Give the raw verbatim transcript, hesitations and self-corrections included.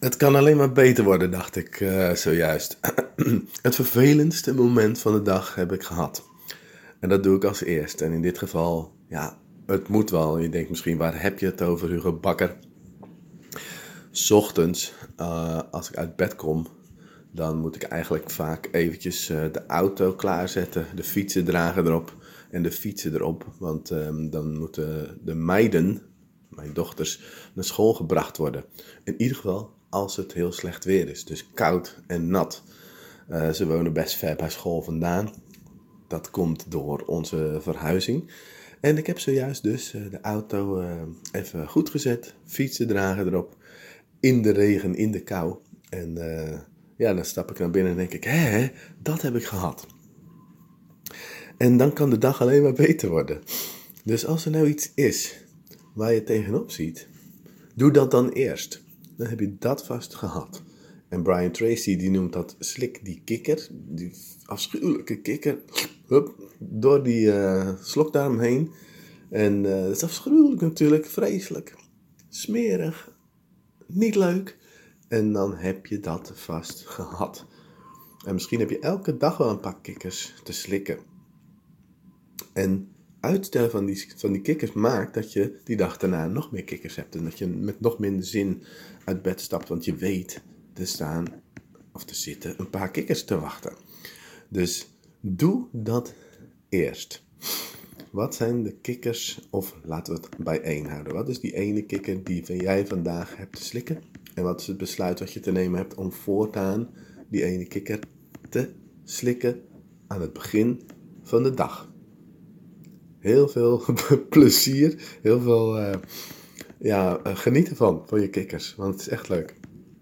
Het kan alleen maar beter worden, dacht ik uh, zojuist. Het vervelendste moment van de dag heb ik gehad. En dat doe ik als eerst. En in dit geval, ja, het moet wel. Je denkt misschien, waar heb je het over, Hugo Bakker? 'S Ochtends, uh, als ik uit bed kom, dan moet ik eigenlijk vaak eventjes uh, de auto klaarzetten. De fietsen dragen erop en de fietsen erop. Want um, dan moeten de meiden, mijn dochters, naar school gebracht worden. In ieder geval als het heel slecht weer is. Dus koud en nat. Uh, ze wonen best ver bij school vandaan. Dat komt door onze verhuizing. En ik heb zojuist dus uh, de auto uh, even goed gezet. Fietsen dragen erop. In de regen, in de kou. En uh, ja, dan stap ik naar binnen en denk ik, hé, dat heb ik gehad. En dan kan de dag alleen maar beter worden. Dus als er nou iets is waar je tegenop ziet, doe dat dan eerst. Dan heb je dat vast gehad. En Brian Tracy die noemt dat slik die kikker, die afschuwelijke kikker, hup, door die uh, slokdarm heen. En uh, dat is afschuwelijk natuurlijk, vreselijk, smerig, niet leuk. En dan heb je dat vast gehad. En misschien heb je elke dag wel een paar kikkers te slikken. En uitstellen van die, van die kikkers maakt dat je die dag daarna nog meer kikkers hebt. En dat je met nog minder zin uit bed stapt. Want je weet, er staan, of er zitten een paar kikkers te wachten. Dus doe dat eerst. Wat zijn de kikkers, of laten we het bij één houden. Wat is die ene kikker die jij vandaag hebt te slikken? En wat is het besluit wat je te nemen hebt om voortaan die ene kikker te slikken aan het begin van de dag? Heel veel plezier, heel veel uh, ja, uh, genieten van, van je kikkers, want het is echt leuk.